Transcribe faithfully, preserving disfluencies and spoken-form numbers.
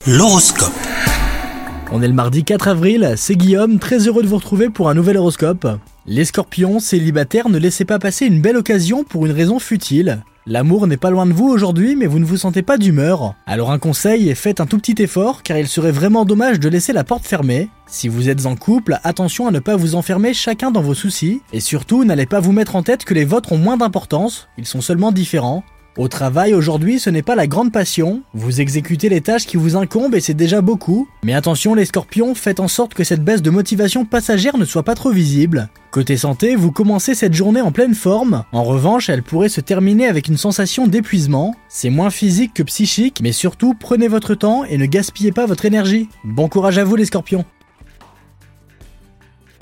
L'horoscope. On est le mardi quatre avril, c'est Guillaume, très heureux de vous retrouver pour un nouvel horoscope. Les scorpions, célibataires, ne laissez pas passer une belle occasion pour une raison futile. L'amour n'est pas loin de vous aujourd'hui, mais vous ne vous sentez pas d'humeur. Alors un conseil, faites un tout petit effort, car il serait vraiment dommage de laisser la porte fermée. Si vous êtes en couple, attention à ne pas vous enfermer chacun dans vos soucis, et surtout n'allez pas vous mettre en tête que les vôtres ont moins d'importance, ils sont seulement différents. Au travail, aujourd'hui, ce n'est pas la grande passion. Vous exécutez les tâches qui vous incombent et c'est déjà beaucoup. Mais attention les scorpions, faites en sorte que cette baisse de motivation passagère ne soit pas trop visible. Côté santé, vous commencez cette journée en pleine forme. En revanche, elle pourrait se terminer avec une sensation d'épuisement. C'est moins physique que psychique, mais surtout, prenez votre temps et ne gaspillez pas votre énergie. Bon courage à vous les scorpions.